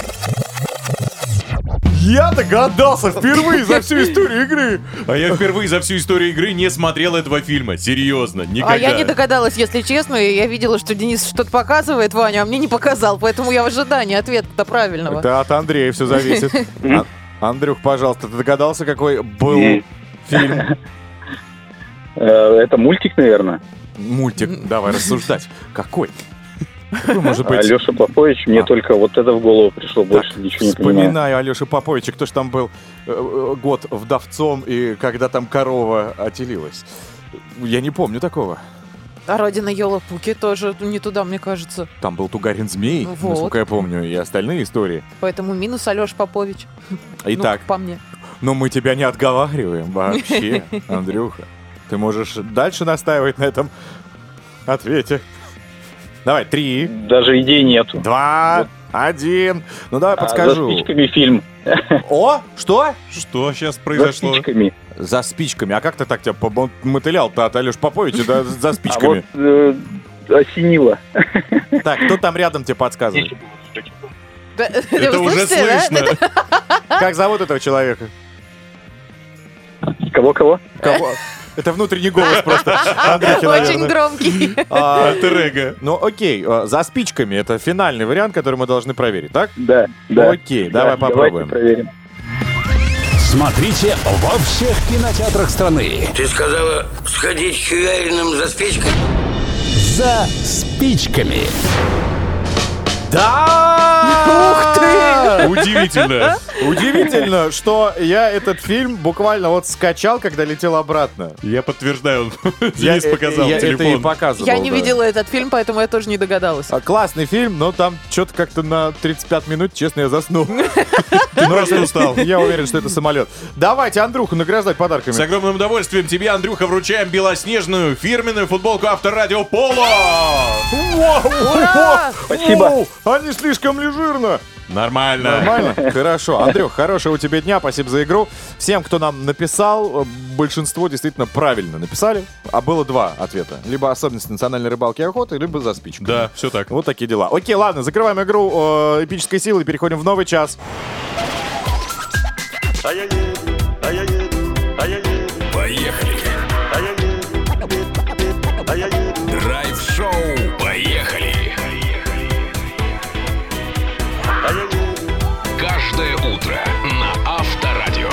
Я догадался впервые за всю историю игры. А я впервые за всю историю игры не смотрел этого фильма. Серьезно, никогда. А я не догадалась, если честно. Я видела, что Денис что-то показывает, Ваня, а мне не показал. Поэтому я в ожидании ответа-то правильного. Это от Андрея все зависит. Андрюх, пожалуйста, ты догадался, какой был фильм? Это мультик, наверное. Мультик. Давай рассуждать. Какой? Какой может быть? Алеша Попович, мне только вот это в голову пришло, больше ничего не понимаю. Вспоминаю Алешу Поповича, кто ж там был год вдовцом, и когда там корова отелилась. Я не помню такого. А родина Йола-Пуки тоже не туда, мне кажется. Там был Тугарин-змей, Вот. насколько я помню, и остальные истории. Поэтому минус Алеша Попович. Итак, Ну, по мне. но мы тебя не отговариваем вообще, Андрюха. Ты можешь дальше настаивать на этом ответе. Давай, 3, Даже идей нету. 2, 1. Ну, давай За подскажу. спичками фильм. О, что? Что сейчас За произошло? спичками. За спичками. А как ты так тебя мотылял-то от Алёши Поповича, да, за А спичками? вот осенило. Так, кто там рядом тебе подсказывает? Это Вы уже слышите, да? слышно. Как зовут этого человека? Кого-кого? Кого? Это внутренний голос просто. Андрюхи, Очень наверное. громкий. Альтер-эго. Ну, окей, за спичками. Это финальный вариант, который мы должны проверить, так? Да, да. Окей, давай Да, попробуем. Давайте проверим. Смотрите во всех кинотеатрах страны. Ты сказала сходить к Чувяриным за спичкой? За спичками. Да! Ух ты! Удивительно. Удивительно, что я этот фильм буквально вот скачал, когда летел обратно. Я подтверждаю, Денис показал я это и телефон. показывал. Я не да. видела этот фильм, поэтому я тоже не догадалась. Классный фильм, но там что-то как-то на 35 минут, честно, я заснул. Ты просто устал. Я уверен, что это самолет. Давайте Андрюху награждать подарками. С огромным удовольствием тебе, Андрюха, вручаем белоснежную фирменную футболку Авторадио Поло. Ура! Спасибо. Они слишком ли жирно? Нормально. Нормально? Хорошо. Андрюх, хорошего у тебя дня. Спасибо за игру. Всем, кто нам написал, большинство действительно правильно написали. А было 2 ответа. Либо особенности национальной рыбалки и охоты, либо за спичку. Да, все так. Вот такие дела. Окей, ладно, закрываем игру эпической силы и переходим в новый час. Поехали. Драйв-шоу. Поехали. Каждое утро на Авторадио.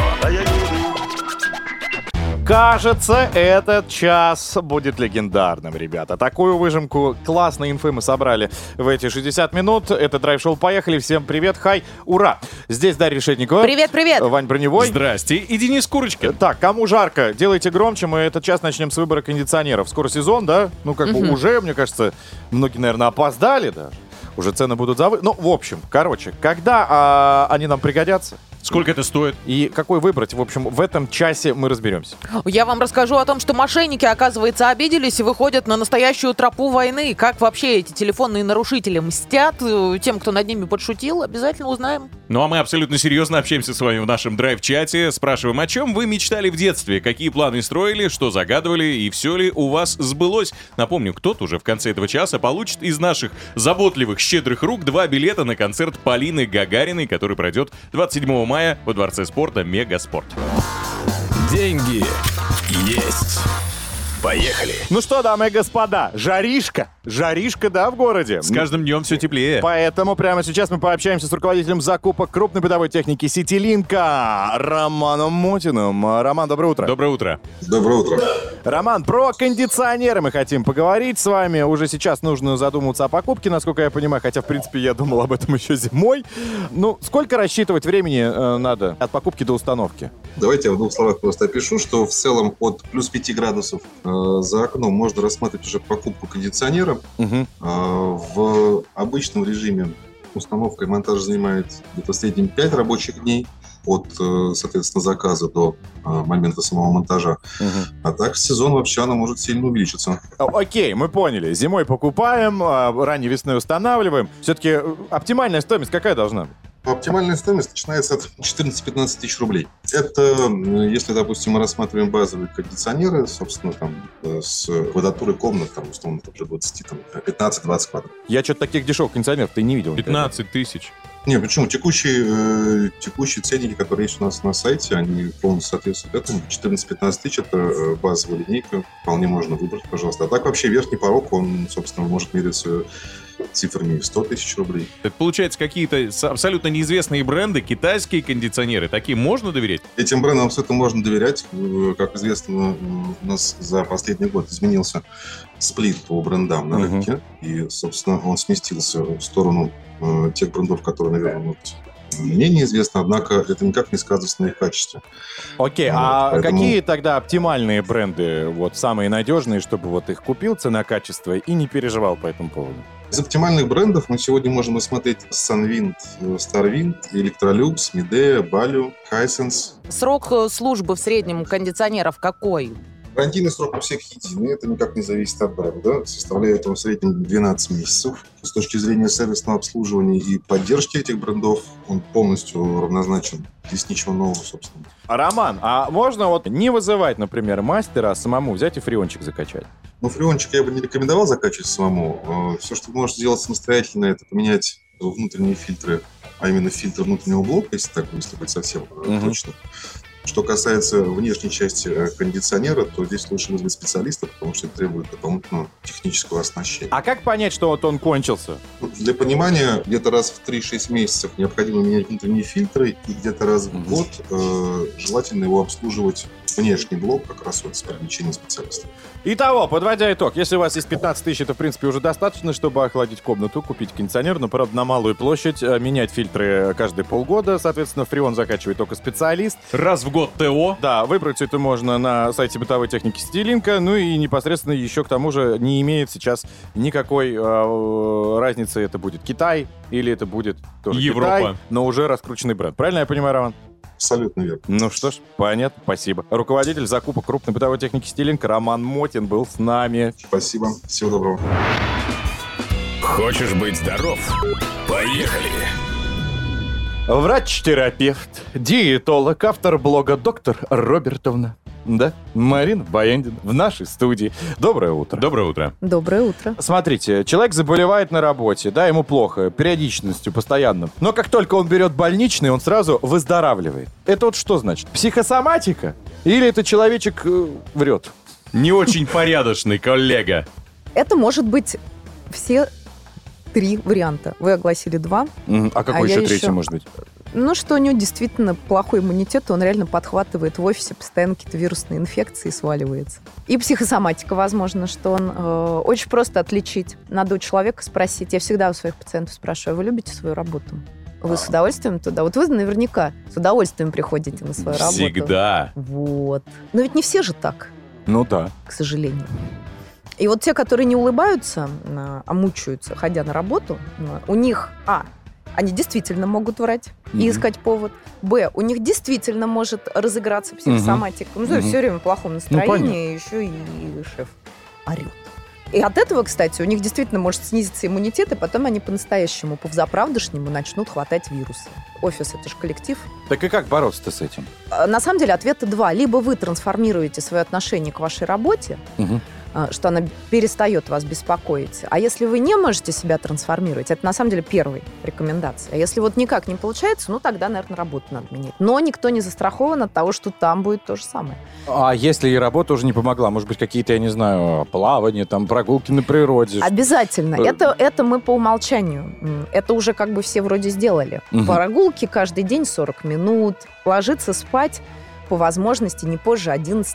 Кажется, этот час будет легендарным, ребята. Такую выжимку классной инфы мы собрали в эти 60 минут. Это драйв-шоу «Поехали». Всем привет, хай, ура! Здесь Дарья Решетникова. Привет-привет! Вань Броневой. Здрасте. И Денис Курочкин. Так, кому жарко, делайте громче. Мы этот час начнем с выбора кондиционеров. Скоро сезон, да? Ну, как бы уже, мне кажется, многие, наверное, опоздали даже. Уже цены будут Ну, в общем, короче, когда они нам пригодятся? Сколько это стоит? И какой выбрать? В общем, в этом часе мы разберемся. Я вам расскажу о том, что мошенники, оказывается, обиделись и выходят на настоящую тропу войны. Как вообще эти телефонные нарушители мстят тем, кто над ними подшутил, обязательно узнаем. Ну а мы абсолютно серьезно общаемся с вами в нашем драйв-чате. Спрашиваем, о чем вы мечтали в детстве, какие планы строили, что загадывали и все ли у вас сбылось. Напомню, кто-то уже в конце этого часа получит из наших заботливых, щедрых рук 2 билета на концерт Полины Гагариной, который пройдет 27 мая во Дворце спорта «Мегаспорт». Деньги есть. Поехали. Ну что, дамы и господа, жаришка, да, в городе. С каждым днем все теплее. Поэтому прямо сейчас мы пообщаемся с руководителем закупок крупной бытовой техники «Ситилинка» Романом Мотиным. Роман, доброе утро. Доброе утро. Доброе утро. Роман, про кондиционеры мы хотим поговорить с вами. Уже сейчас нужно задумываться о покупке, насколько я понимаю, хотя, в принципе, я думал об этом еще зимой. Ну, сколько рассчитывать времени надо от покупки до установки? Давайте я в 2 словах просто опишу, что в целом от плюс 5 градусов за окном можно рассматривать уже покупку кондиционера. В обычном режиме установка и монтаж занимает где-то в среднем 5 рабочих дней от, соответственно, заказа до момента самого монтажа. А так сезон вообще она может сильно увеличиться. Окей, мы поняли. Зимой покупаем, ранней весной устанавливаем. Все-таки оптимальная стоимость какая должна быть? Оптимальная стоимость начинается от 14-15 тысяч рублей. Это, если, допустим, мы рассматриваем базовые кондиционеры, собственно, там, с квадратурой комнат, там, условно, там, 15-20 квадратов. Я что-то таких дешевых кондиционеров ты не видел. 15 тысяч. Не, почему? Текущие ценники, которые есть у нас на сайте, они полностью соответствуют этому. 14-15 тысяч – это базовая линейка. Вполне можно выбрать, пожалуйста. А так вообще верхний порог, он, собственно, может мериться цифрами 100 тысяч рублей. Это получается какие-то абсолютно неизвестные бренды, китайские кондиционеры. Таким можно доверять? Этим брендам абсолютно можно доверять. Как известно, у нас за последний год изменился сплит по брендам на рынке. И, собственно, он сместился в сторону тех брендов, которые, наверное, могут быть мне неизвестно, однако это никак не сказывается на их качестве. Окей, какие тогда оптимальные бренды, вот самые надежные, чтобы вот их купил, цена-качество, и не переживал по этому поводу? Из оптимальных брендов мы сегодня можем рассмотреть Sunwind, Starwind, Electrolux, Midea, Balio, Hisense. Срок службы в среднем кондиционеров какой? Гарантийный срок у всех единый, это никак не зависит от бренда, составляет он в среднем 12 месяцев. С точки зрения сервисного обслуживания и поддержки этих брендов он полностью равнозначен. Здесь ничего нового, собственно. Роман, а можно вот не вызывать, например, мастера, а самому взять и фреончик закачать? Ну, фреончик я бы не рекомендовал закачивать самому. Все, что вы можете сделать самостоятельно, это поменять внутренние фильтры, а именно фильтр внутреннего блока, если быть совсем точно. Что касается внешней части кондиционера, то здесь лучше вызвать специалиста, потому что это требует дополнительного технического оснащения. А как понять, что вот он кончился? Для понимания, где-то раз в 3-6 месяцев необходимо менять внутренние фильтры, и где-то раз в год желательно его обслуживать внешний блок, как раз вот с привлечением специалиста. Итого, подводя итог, если у вас есть 15 тысяч, это, в принципе, уже достаточно, чтобы охладить комнату, купить кондиционер, но, правда, на малую площадь, менять фильтры каждые полгода, соответственно, фреон закачивает только специалист. Раз в год ТО. Да, выбрать это можно на сайте бытовой техники Стилинка, ну и непосредственно еще к тому же не имеет сейчас никакой разницы, это будет Китай или это будет тоже Европа. Китай, но уже раскрученный бренд. Правильно я понимаю, Роман? Абсолютно верно. Ну что ж, понятно, спасибо. Руководитель закупок крупной бытовой техники Стилинг Роман Мотин был с нами. Спасибо, всего доброго. Хочешь быть здоров? Поехали! Врач-терапевт, диетолог, автор блога «Доктор Робертовна». Да, Марина Баяндина в нашей студии. Доброе утро. Доброе утро. Доброе утро. Смотрите, человек заболевает на работе, да, ему плохо, периодичностью, постоянно. Но как только он берет больничный, он сразу выздоравливает. Это вот что значит? Психосоматика? Или это человечек врет? Не очень порядочный коллега. Это может быть все 3 варианта. Вы огласили 2. А какой еще третий может быть? Ну, что у него действительно плохой иммунитет, он реально подхватывает в офисе постоянно какие-то вирусные инфекции и сваливается. И психосоматика, возможно, что он очень просто отличить. Надо у человека спросить. Я всегда у своих пациентов спрашиваю: вы любите свою работу? Вы с удовольствием туда? Вот вы наверняка с удовольствием приходите на свою работу. Всегда. Вот. Но ведь не все же так. Ну да. К сожалению. И вот те, которые не улыбаются, а мучаются, ходя на работу, у них, они действительно могут врать и искать повод. Б, у них действительно может разыграться психосоматика. Ну, то есть все время в плохом настроении, еще и шеф орет. И от этого, кстати, у них действительно может снизиться иммунитет, и потом они по-настоящему, по-взаправдошнему начнут хватать вирусы. Офис — это же коллектив. Так и как бороться-то с этим? На самом деле ответа 2. Либо вы трансформируете свое отношение к вашей работе, что она перестает вас беспокоить. А если вы не можете себя трансформировать, это на самом деле первая рекомендация. А если вот никак не получается, ну тогда, наверное, работу надо менять. Но никто не застрахован от того, что там будет то же самое. А если и работа уже не помогла? Может быть, какие-то, я не знаю, плавания, там, прогулки на природе? Обязательно. Это мы по умолчанию. Это уже как бы все вроде сделали. Прогулки каждый день 40 минут. Ложиться спать по возможности не позже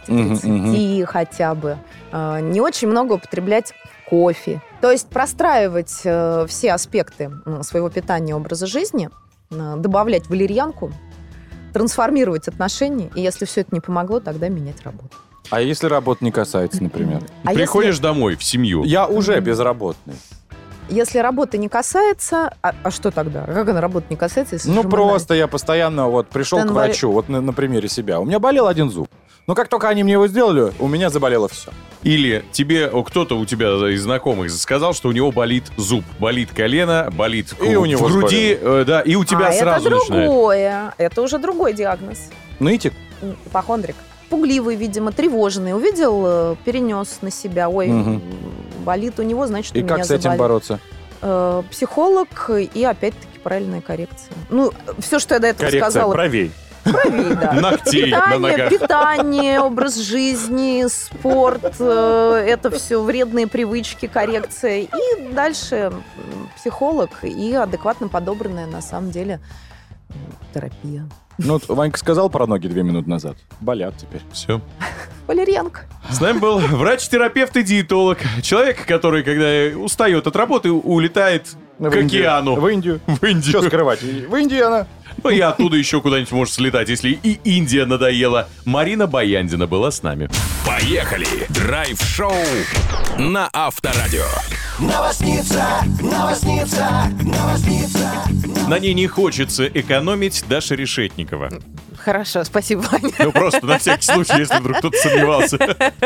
11:30 хотя бы. Не очень много употреблять кофе. То есть простраивать все аспекты своего питания и образа жизни, добавлять валерьянку, трансформировать отношения, и если все это не помогло, тогда менять работу. А если работа не касается, например? Приходишь домой в семью. Я уже безработный. Если работа не касается, а что тогда? Как она работа не касается, если Ну, просто я постоянно вот пришел к врачу, вот на примере себя. У меня болел один зуб. Но как только они мне его сделали, у меня заболело все. Или тебе кто-то у тебя из знакомых сказал, что у него болит зуб, болит колено, болит и у него в груди, да, и у тебя сразу это начинает. другое. Это уже другой диагноз. Нытик? Ипохондрик. Пугливый, видимо, тревожный. Увидел, перенес на себя. Ой, болит у него, значит, у меня заболит. И как с этим бороться? Психолог и, опять-таки, правильная коррекция. Ну, все, что я до этого Коррекция сказала... правей. Правее, да. Ногтей на ногах. Питание, образ жизни, спорт, это все вредные привычки, коррекция. И дальше психолог и адекватно подобранная, на самом деле, терапия. Ну, вот Ванька сказал про ноги 2 минуты назад. Болят теперь. Все. Валерьянка. С нами был врач-терапевт и диетолог. Человек, который, когда устает от работы, улетает к океану. В Индию. В Индию. Что скрывать? В Индию она. Ну и оттуда еще куда-нибудь может слетать, если и Индия надоела. Марина Баяндина была с нами. Поехали! Драйв-шоу на Авторадио. Новосница. На ней не хочется экономить Даша Решетникова. Хорошо, спасибо, Ваня. Ну просто на всякий случай, если вдруг кто-то сомневался.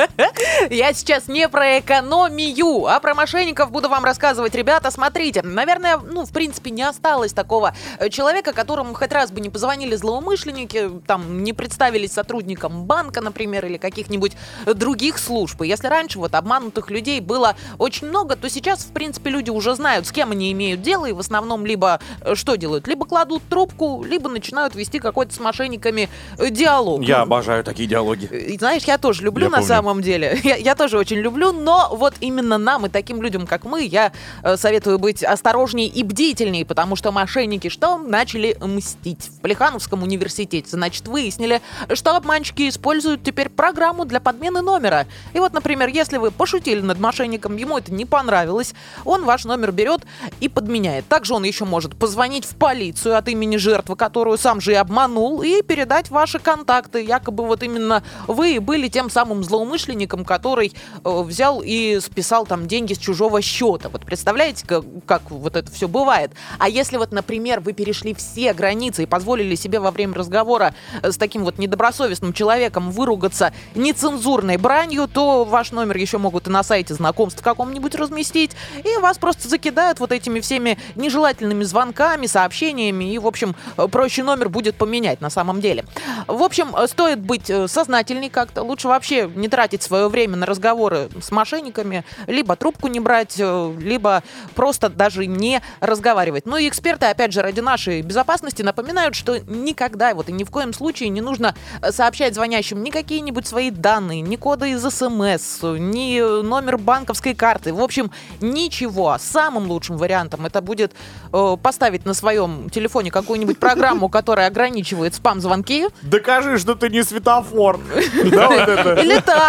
Я сейчас не про экономию, а про мошенников буду вам рассказывать. Ребята, смотрите, наверное, в принципе, не осталось такого человека, которому хоть раз бы не позвонили злоумышленники, там, не представились сотрудником банка, например, или каких-нибудь других служб. И если раньше вот обманутых людей было очень много, то сейчас, в принципе, люди уже знают, с кем они имеют дело, и в основном либо что делают? Либо кладут трубку, либо начинают вести какой-то с мошенниками диалог. Я обожаю такие диалоги. И, знаешь, я тоже люблю, на самом деле. Я тоже очень люблю, но вот именно нам и таким людям, как мы, я советую быть осторожней и бдительней, потому что мошенники что? Начали мстить. В Плехановском университете, значит, выяснили, что обманщики используют теперь программу для подмены номера. И вот, например, если вы пошутили над мошенником, ему это не понравилось, он ваш номер берет и подменяет. Также он еще может позвонить в полицию от имени жертвы, которую сам же и обманул, и передать ваши контакты. Якобы вот именно вы были тем самым злоумышленником, который взял и списал там деньги с чужого счета. Вот представляете, как вот это все бывает? А если вот, например, вы перешли все границы и позволили себе во время разговора с таким вот недобросовестным человеком выругаться нецензурной бранью, то ваш номер еще могут и на сайте знакомств каком-нибудь разместить, и вас просто закидают вот этими всеми нежелательными звонками, сообщениями, и, в общем, проще номер будет поменять на самом деле. В общем, стоит быть сознательней как-то. Лучше вообще не тратить свое время на разговоры с мошенниками, либо трубку не брать, либо просто даже не разговаривать. Ну и эксперты, опять же, ради нашей безопасности напоминают, что никогда вот и ни в коем случае не нужно сообщать звонящим ни какие-нибудь свои данные, ни коды из СМС, ни номер банковской карты. В общем, ничего. Самым лучшим вариантом это будет поставить на своем телефоне какую-нибудь программу, которая ограничивает спам-звонки. Докажи, что ты не светофор. Да, вот это.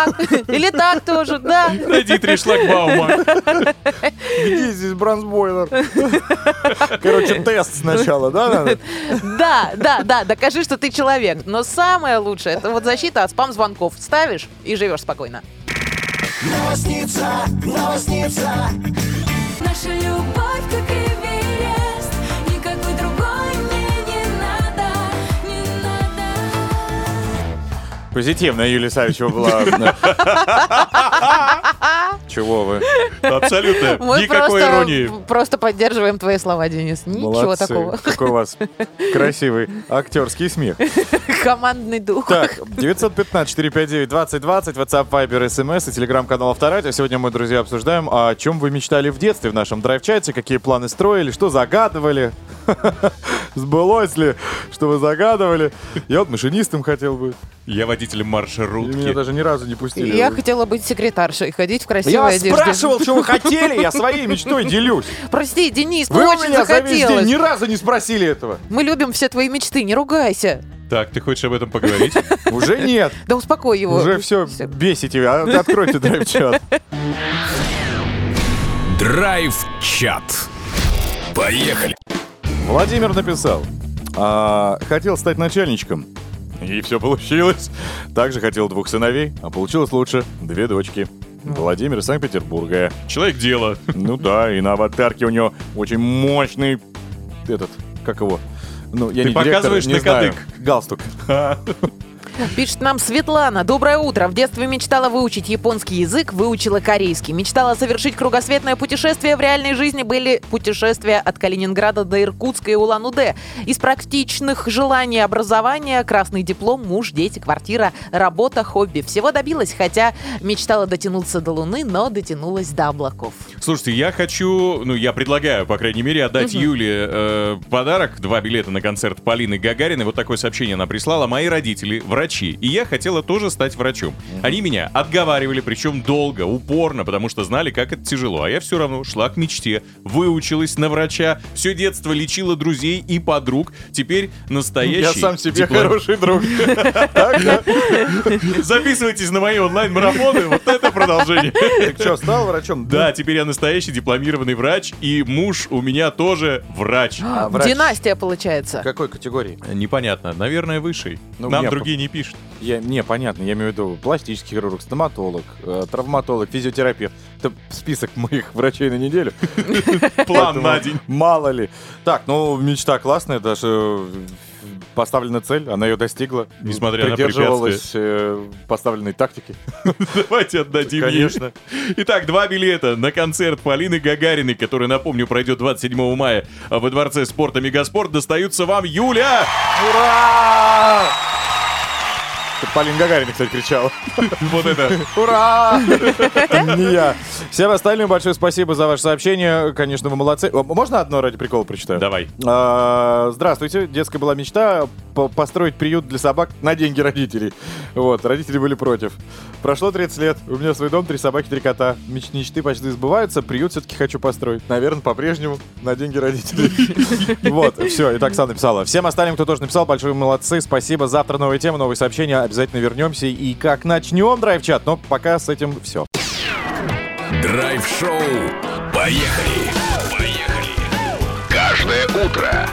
Или так тоже, да. Найди 3 шлагбаума. Где здесь бронзбойлер? Короче, тест сначала, да, надо? Да, докажи, что ты человек. Но самое лучшее, это вот защита от спам-звонков. Ставишь и живешь спокойно. Новосница. Наша любовь как Эверест, никакой другой мне не надо. Позитивная Юлия Савичева была. Чего вы? Абсолютно. Мы Никакой иронии. просто поддерживаем твои слова, Денис. Ничего Молодцы. такого. Какой у вас красивый актерский смех. Командный дух. Так, 915-459-2020, WhatsApp, Viber, SMS и телеграм-канал Авторадио. Сегодня мы, друзья, обсуждаем, о чем вы мечтали в детстве в нашем драйв-чате, какие планы строили, что загадывали. Сбылось ли, что вы загадывали. Я вот машинистом хотел быть. Я водителем И маршрутки. меня даже ни разу не пустили. Я хотела быть секретаршей, ходить в красивой Я вас одежде. спрашивал, что вы хотели, я своей мечтой делюсь. Прости, Денис, Вы у очень меня за весь день захотелось. ни разу не спросили этого. Мы любим все твои мечты, не ругайся. Так, ты хочешь об этом поговорить? Уже нет. Да успокой его. Уже все бесите. Откройте драйв-чат. Драйв-чат. Поехали. Владимир написал. Хотел стать начальничком. И все получилось. Также хотел 2 сыновей, а получилось лучше 2 дочки. Владимир из Санкт-Петербурга. Человек дела. Ну да, и на аватарке у него очень мощный как его? Ну, я Ты не показываешь директор, не на знаю. кадык. Галстук. Пишет нам Светлана. Доброе утро. В детстве мечтала выучить японский язык, выучила корейский. Мечтала совершить кругосветное путешествие. В реальной жизни были путешествия от Калининграда до Иркутска и Улан-Удэ. Из практичных желаний образования: красный диплом, муж, дети, квартира, работа, хобби. Всего добилась, хотя мечтала дотянуться до Луны, но дотянулась до облаков. Слушайте, я предлагаю, по крайней мере, отдать Юле подарок. 2 билета на концерт Полины Гагариной. Вот такое сообщение она прислала. Мои родители, врачи врачи, и я хотела тоже стать врачом. Они меня отговаривали, причем долго, упорно, потому что знали, как это тяжело. А я все равно шла к мечте, выучилась на врача, все детство лечила друзей и подруг. Теперь настоящий... Я сам себе хороший друг. Записывайтесь на мои онлайн-марафоны, вот это продолжение. Ты что, стал врачом? Да, теперь я настоящий дипломированный врач, и муж у меня тоже врач. Династия получается. Какой категории? Непонятно, наверное, высший. Ну, Нам мне другие не пишут. Не, понятно, я имею в виду пластический хирург, стоматолог, травматолог, физиотерапевт. Это список моих врачей на неделю. План на день. Мало ли. Так, ну, мечта классная, даже поставлена цель, она ее достигла. Несмотря на придерживалась поставленной тактики. Давайте отдадим ей. Конечно. Итак, 2 билета на концерт Полины Гагариной, который, напомню, пройдет 27 мая во Дворце спорта Мегаспорт, достаются вам, Юля! Ура! Полина Гагарина, кстати, кричала. Вот это. Ура! Не я. Всем остальным большое спасибо за ваше сообщение. Конечно, вы молодцы. Можно одно ради прикола прочитаю? Давай. Здравствуйте. Детская была мечта построить приют для собак на деньги родителей. Вот, родители были против. Прошло 30 лет. У меня свой дом, 3 собаки, 3 кота. Мечты почти сбываются. Приют все-таки хочу построить. Наверное, по-прежнему на деньги родителей. Вот, все. Это Оксана написала. Всем остальным, кто тоже написал, большое молодцы. Спасибо. Завтра новая тема, новые сообщения. Обязательно вернемся. И как начнем драйв-чат. Но пока с этим все. Драйв-шоу. Поехали! Поехали! Каждое утро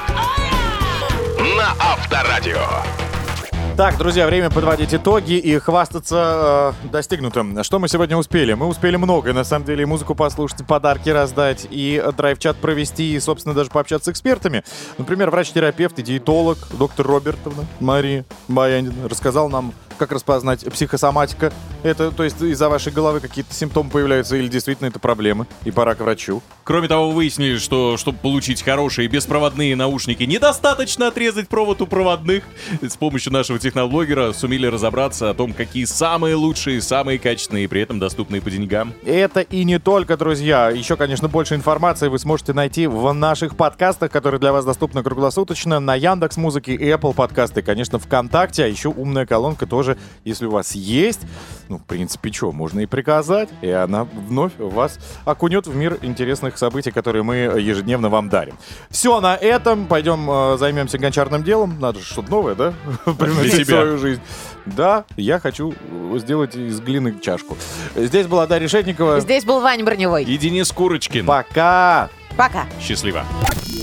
на Авторадио. Так, друзья, время подводить итоги и хвастаться достигнутым. Что мы сегодня успели? Мы успели многое, на самом деле, и музыку послушать, и подарки раздать, и драйв-чат провести, и, собственно, даже пообщаться с экспертами. Например, врач-терапевт и диетолог доктор Робертовна Мария Баянина рассказал нам, как распознать психосоматика. Это, то есть, из-за вашей головы какие-то симптомы появляются или действительно это проблемы, и пора к врачу. Кроме того, выяснили, что, чтобы получить хорошие беспроводные наушники, недостаточно отрезать провод у проводных. С помощью нашего техноблогера сумели разобраться о том, какие самые лучшие, самые качественные и при этом доступные по деньгам. Это и не только, друзья. Еще, конечно, больше информации вы сможете найти в наших подкастах, которые для вас доступны круглосуточно на Яндекс.Музыке и Apple подкасты, конечно, ВКонтакте, а еще умная колонка тоже, если у вас есть. Ну, в принципе, что, можно и приказать, и она вновь вас окунет в мир интересных событий, которые мы ежедневно вам дарим. Все на этом. Пойдем займемся гончарным делом. Надо же что-то новое, да? Привносить в свою жизнь. Да, я хочу сделать из глины чашку. Здесь была Дарья Решетникова. Здесь был Ваня Броневой. И Денис Курочкин. Пока. Пока. Счастливо.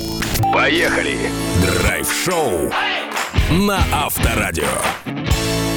Поехали! Драйв-шоу на Авторадио.